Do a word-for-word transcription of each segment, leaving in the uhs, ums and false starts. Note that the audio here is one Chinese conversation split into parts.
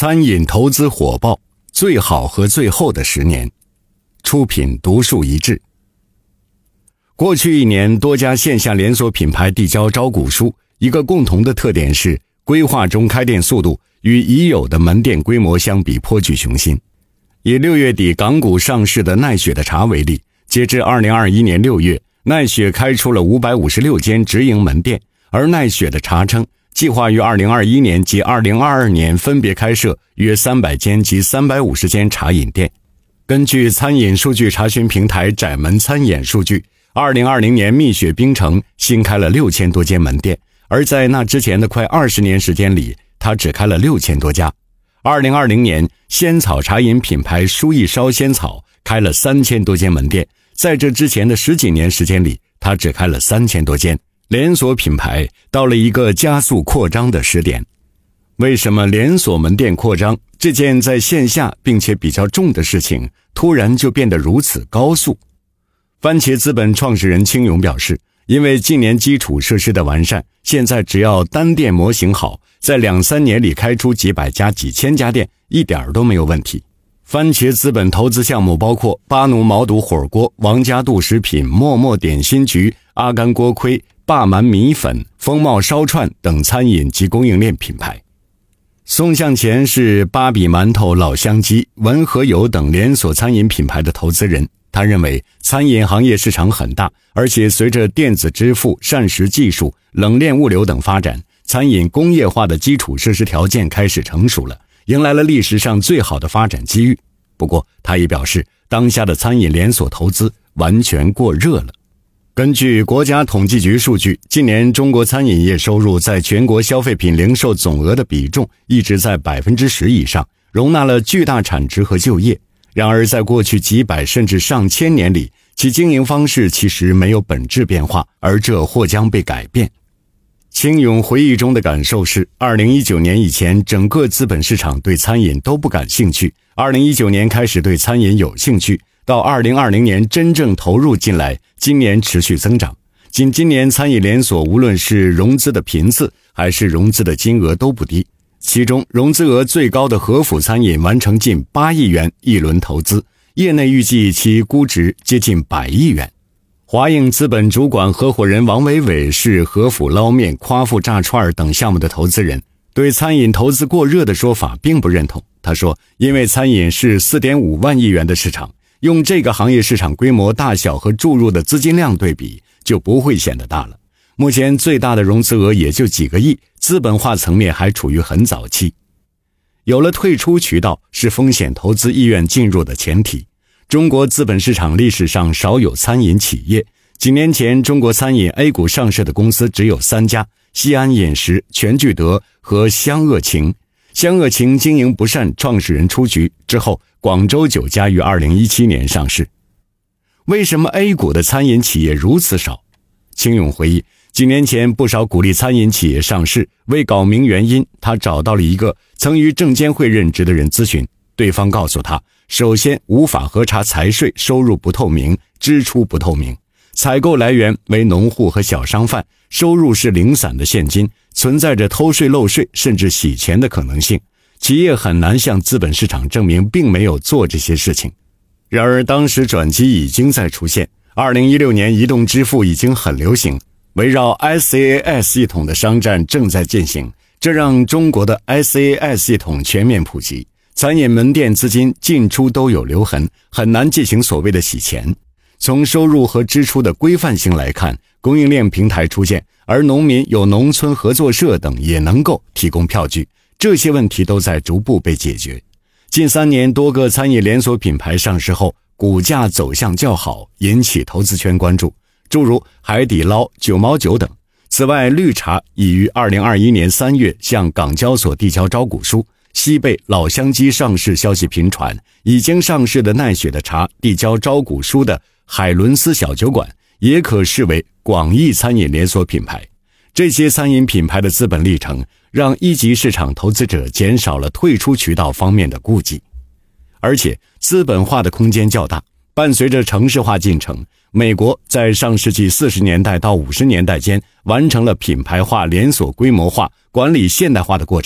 餐饮投资火爆，最好和最后的十年，出品独树一帜。过去一年，多家线下连锁品牌递交招股书，一个共同的特点是，规划中开店速度与已有的门店规模相比颇具雄心。以六月底港股上市的奈雪的茶为例，截至二零二一年六月，奈雪开出了五百五十六间直营门店，而奈雪的茶称计划于二零二一年及二零二二年分别开设约三百间及三百五十间茶饮店。根据餐饮数据查询平台窄门餐饮数据，二零二零年蜜雪冰城新开了六千多间门店，而在那之前的快二十年时间里，它只开了六千多家。二零二零年，仙草茶饮品牌舒一烧仙草开了三千多间门店，在这之前的十几年时间里，它只开了三千多间。连锁品牌到了一个加速扩张的时点。为什么连锁门店扩张这件在线下并且比较重的事情，突然就变得如此高速？番茄资本创始人青勇表示，因为近年基础设施的完善，现在只要单店模型好，在两三年里开出几百家几千家店，一点都没有问题。番茄资本投资项目包括巴奴毛肚火锅、王家渡食品、默默点心局、阿甘锅盔、霸蛮米粉、风貌烧串等餐饮及供应链品牌。宋向前是芭比馒头、老乡鸡、文和友等连锁餐饮品牌的投资人。他认为餐饮行业市场很大，而且随着电子支付、膳食技术、冷链物流等发展，餐饮工业化的基础设施条件开始成熟了，迎来了历史上最好的发展机遇。不过他也表示，当下的餐饮连锁投资完全过热了。根据国家统计局数据，近年中国餐饮业收入在全国消费品零售总额的比重一直在 百分之十 以上，容纳了巨大产值和就业。然而在过去几百甚至上千年里，其经营方式其实没有本质变化，而这或将被改变。青勇回忆中的感受是，二零一九年以前整个资本市场对餐饮都不感兴趣，二零一九年开始对餐饮有兴趣，到二零二零年真正投入进来，今年持续增长。仅今年餐饮连锁无论是融资的频次还是融资的金额都不低，其中融资额最高的和府餐饮完成近八亿元一轮投资，业内预计其估值接近百亿元。华映资本主管合伙人王伟伟是和府捞面、夸父炸串等项目的投资人，对餐饮投资过热的说法并不认同。他说，因为餐饮是 四点五万亿元的市场，用这个行业市场规模大小和注入的资金量对比，就不会显得大了。目前最大的融资额也就几个亿，资本化层面还处于很早期。有了退出渠道是风险投资意愿进入的前提。中国资本市场历史上少有餐饮企业，几年前中国餐饮 A 股上市的公司只有三家，西安饮食、全聚德和湘鄂情。湘鄂情经营不善，创始人出局之后，广州酒家于二零一七年上市。为什么 A 股的餐饮企业如此少？青勇回忆，几年前不少鼓励餐饮企业上市，为搞明原因，他找到了一个曾于证监会任职的人咨询，对方告诉他，首先无法核查财税，收入不透明，支出不透明，采购来源为农户和小商贩，收入是零散的现金，存在着偷税漏税甚至洗钱的可能性，企业很难向资本市场证明并没有做这些事情。然而当时转机已经在出现，二零一六年移动支付已经很流行，围绕 S A A S 系统的商战正在进行，这让中国的 S A A S 系统全面普及，餐饮门店资金进出都有留痕，很难进行所谓的洗钱。从收入和支出的规范性来看，供应链平台出现，而农民有农村合作社等也能够提供票据，这些问题都在逐步被解决。近三年多个餐饮连锁品牌上市后，股价走向较好，引起投资圈关注，诸如海底捞、九毛九等。此外，绿茶已于二零二一年三月向港交所递交招股书，西贝、老乡鸡上市消息频传，已经上市的奈雪的茶递交招股书的海伦斯小酒馆也可视为广义餐饮连锁品牌。这些餐饮品牌的资本历程让一级市场投资者减少了退出渠道方面的顾忌，而且资本化的空间较大。伴随着城市化进程，美国在上世纪四十年代到五十年代间完成了品牌化、连锁规模化、管理现代化的过程，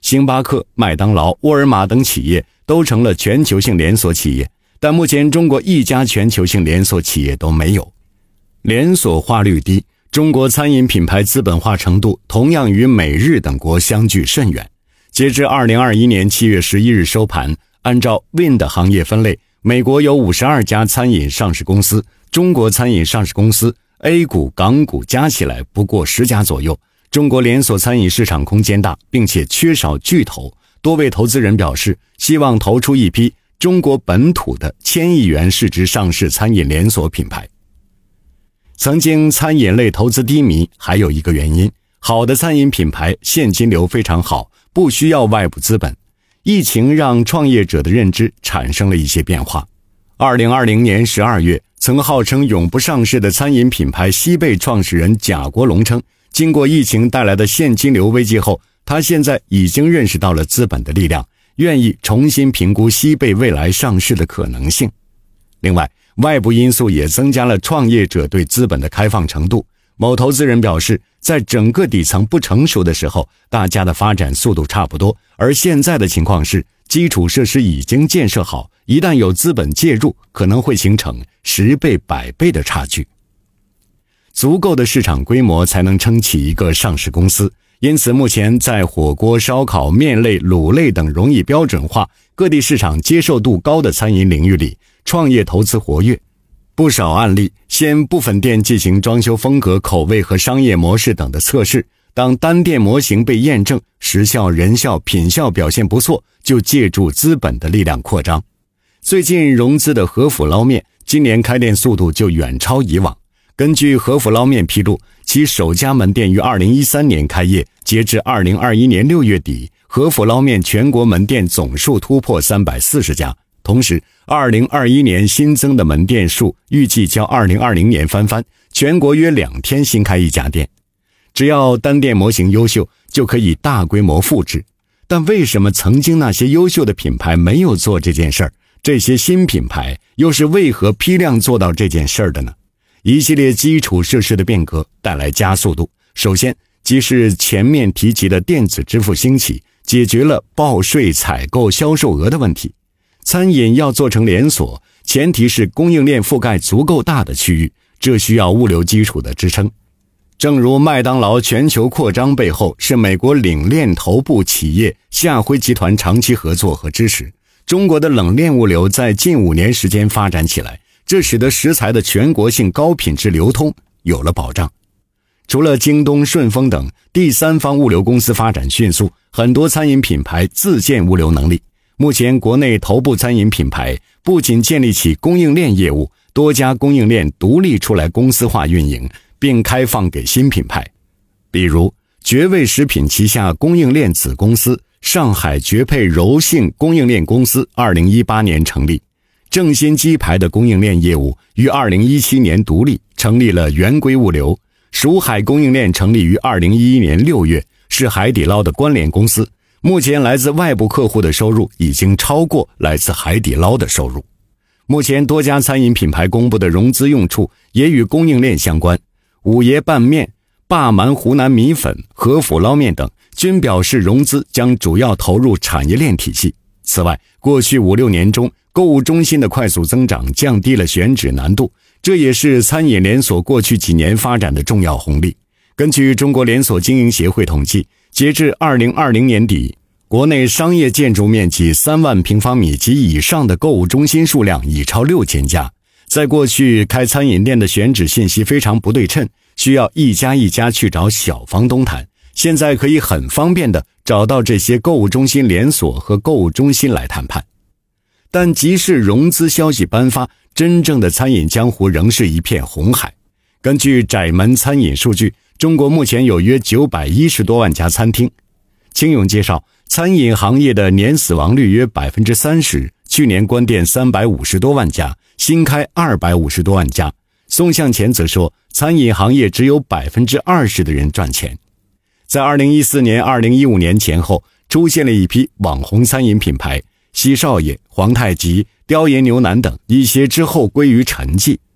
星巴克、麦当劳、沃尔玛等企业都成了全球性连锁企业，但目前中国一家全球性连锁企业都没有。连锁化率低，中国餐饮品牌资本化程度同样与美日等国相距甚远。截至二零二一年七月十一日收盘，按照 W I N 的行业分类，美国有五十二家餐饮上市公司，中国餐饮上市公司 A 股、港股加起来不过十家左右。中国连锁餐饮市场空间大，并且缺少巨头，多位投资人表示希望投出一批中国本土的千亿元市值上市餐饮连锁品牌。曾经餐饮类投资低迷，还有一个原因，好的餐饮品牌现金流非常好，不需要外部资本。疫情让创业者的认知产生了一些变化。二零二零年十二月，曾号称永不上市的餐饮品牌西贝创始人贾国龙称，经过疫情带来的现金流危机后，他现在已经认识到了资本的力量，愿意重新评估西贝未来上市的可能性。另外，外部因素也增加了创业者对资本的开放程度。某投资人表示，在整个底层不成熟的时候，大家的发展速度差不多，而现在的情况是，基础设施已经建设好，一旦有资本介入，可能会形成十倍、百倍的差距。足够的市场规模才能撑起一个上市公司，因此目前在火锅、烧烤、面类、卤类等容易标准化、各地市场接受度高的餐饮领域里，创业投资活跃。不少案例先部分店进行装修风格、口味和商业模式等的测试，当单店模型被验证，时效、人效、品效表现不错，就借助资本的力量扩张。最近融资的和府捞面，今年开店速度就远超以往。根据和府捞面披露，其首家门店于二零一三年开业，截至二零二一年六月底，和府捞面全国门店总数突破三百四十家。同时，二零二一年新增的门店数预计较二零二零年翻番，全国约两天新开一家店。只要单店模型优秀，就可以大规模复制。但为什么曾经那些优秀的品牌没有做这件事儿？这些新品牌又是为何批量做到这件事儿的呢？一系列基础设施的变革带来加速度。首先，即是前面提及的电子支付兴起，解决了报税、采购、销售额的问题。餐饮要做成连锁，前提是供应链覆盖足够大的区域，这需要物流基础的支撑。正如麦当劳全球扩张背后是美国领链头部企业夏辉集团长期合作和支持，中国的冷链物流在近五年时间发展起来，这使得食材的全国性高品质流通有了保障。除了京东、顺丰等第三方物流公司发展迅速，很多餐饮品牌自建物流能力。目前国内头部餐饮品牌不仅建立起供应链业务，多家供应链独立出来公司化运营，并开放给新品牌。比如绝味食品旗下供应链子公司上海绝配柔性供应链公司二零一八年成立，正新鸡排的供应链业务于二零一七年独立成立了圆规物流，蜀海供应链成立于二零一一年六月，是海底捞的关联公司。目前来自外部客户的收入已经超过来自海底捞的收入。目前多家餐饮品牌公布的融资用处也与供应链相关，五爷拌面、霸蛮湖南米粉、和府捞面等均表示融资将主要投入产业链体系。此外，过去五六年中，购物中心的快速增长降低了选址难度，这也是餐饮连锁过去几年发展的重要红利。根据中国连锁经营协会统计，截至二零二零年底，国内商业建筑面积三万平方米及以上的购物中心数量已超六千家。在过去，开餐饮店的选址信息非常不对称，需要一家一家去找小房东谈。现在可以很方便地找到这些购物中心连锁和购物中心来谈判。但即使融资消息颁发，真正的餐饮江湖仍是一片红海。根据窄门餐饮数据，中国目前有约九百一十多万家餐厅。青勇介绍，餐饮行业的年死亡率约 百分之三十， 去年关店三百五十多万家，新开二百五十多万家。宋向前则说，餐饮行业只有 百分之二十 的人赚钱。在二零一四年、二零一五年前后，出现了一批网红餐饮品牌，西少爷、皇太极、雕爷牛腩等，一些之后归于沉寂。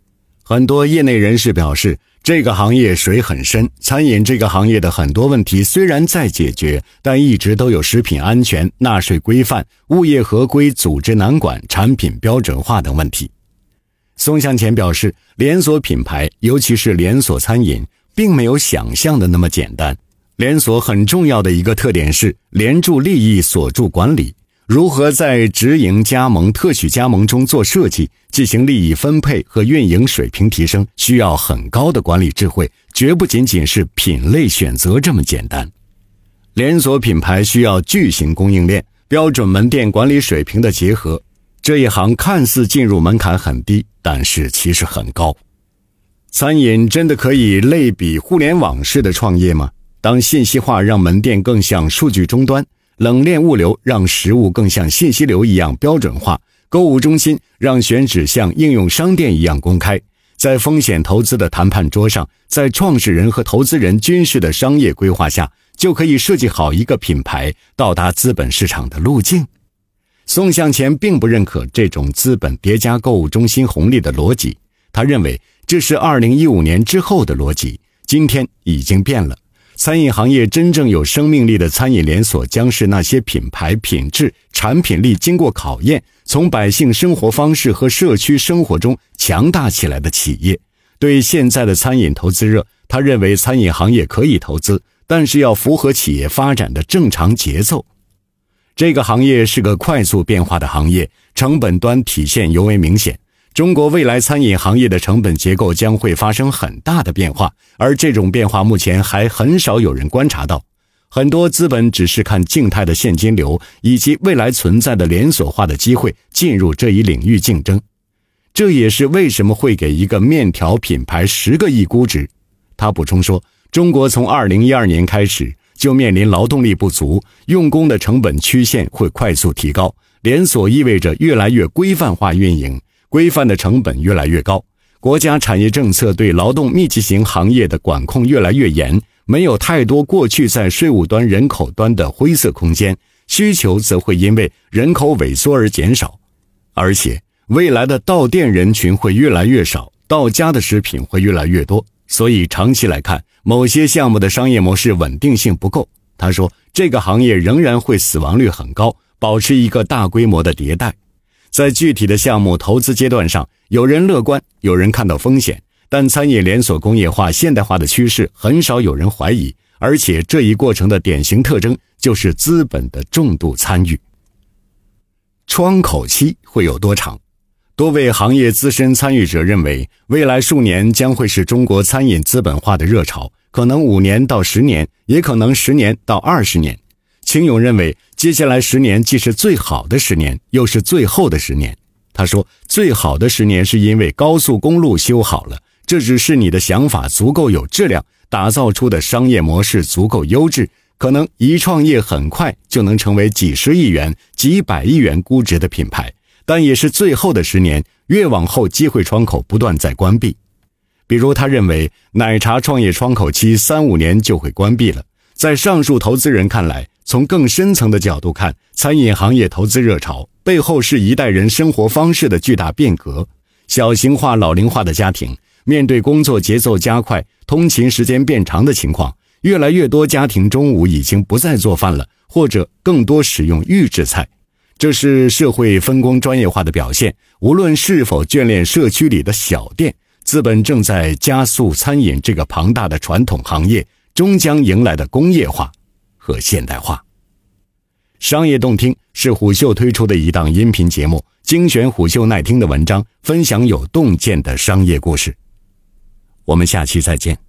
很多业内人士表示，这个行业水很深，餐饮这个行业的很多问题虽然在解决，但一直都有食品安全、纳税规范、物业合规、组织难管、产品标准化等问题。宋向前表示，连锁品牌，尤其是连锁餐饮，并没有想象的那么简单。连锁很重要的一个特点是连住利益，锁住管理。如何在直营加盟、特许加盟中做设计，进行利益分配和运营水平提升，需要很高的管理智慧，绝不仅仅是品类选择这么简单。连锁品牌需要巨型供应链、标准门店管理水平的结合。这一行看似进入门槛很低，但是其实很高。餐饮真的可以类比互联网式的创业吗？当信息化让门店更像数据终端，冷链物流让食物更像信息流一样标准化，购物中心让选址像应用商店一样公开，在风险投资的谈判桌上，在创始人和投资人均势的商业规划下，就可以设计好一个品牌到达资本市场的路径。宋向前并不认可这种资本叠加购物中心红利的逻辑，他认为这是二零一五年之后的逻辑，今天已经变了。餐饮行业真正有生命力的餐饮连锁将是那些品牌、品质、产品力经过考验，从百姓生活方式和社区生活中强大起来的企业。对现在的餐饮投资热，他认为餐饮行业可以投资，但是要符合企业发展的正常节奏。这个行业是个快速变化的行业，成本端体现尤为明显。中国未来餐饮行业的成本结构将会发生很大的变化，而这种变化目前还很少有人观察到。很多资本只是看静态的现金流以及未来存在的连锁化的机会进入这一领域竞争。这也是为什么会给一个面条品牌十个亿估值。他补充说，中国从二零一二年开始就面临劳动力不足，用工的成本曲线会快速提高，连锁意味着越来越规范化运营，规范的成本越来越高，国家产业政策对劳动密集型行业的管控越来越严，没有太多过去在税务端、人口端的灰色空间，需求则会因为人口萎缩而减少。而且未来的到店人群会越来越少，到家的食品会越来越多，所以长期来看，某些项目的商业模式稳定性不够。他说，这个行业仍然会死亡率很高，保持一个大规模的迭代。在具体的项目投资阶段上，有人乐观，有人看到风险，但餐饮连锁工业化现代化的趋势很少有人怀疑，而且这一过程的典型特征就是资本的重度参与。窗口期会有多长？多位行业资深参与者认为，未来数年将会是中国餐饮资本化的热潮，可能五年到十年，也可能十年到二十年。秦勇认为，接下来十年既是最好的十年，又是最后的十年。他说，最好的十年是因为高速公路修好了，这只是你的想法足够有质量，打造出的商业模式足够优质，可能一创业很快就能成为几十亿元、几百亿元估值的品牌。但也是最后的十年，越往后机会窗口不断在关闭。比如他认为奶茶创业窗口期三五年就会关闭了。在上述投资人看来，从更深层的角度看，餐饮行业投资热潮背后是一代人生活方式的巨大变革。小型化、老龄化的家庭面对工作节奏加快、通勤时间变长的情况，越来越多家庭中午已经不再做饭了，或者更多使用预制菜。这是社会分工专业化的表现，无论是否眷恋社区里的小店，资本正在加速餐饮这个庞大的传统行业终将迎来的工业化和现代化。商业动听是虎嗅推出的一档音频节目，精选虎嗅耐听的文章，分享有洞见的商业故事。我们下期再见。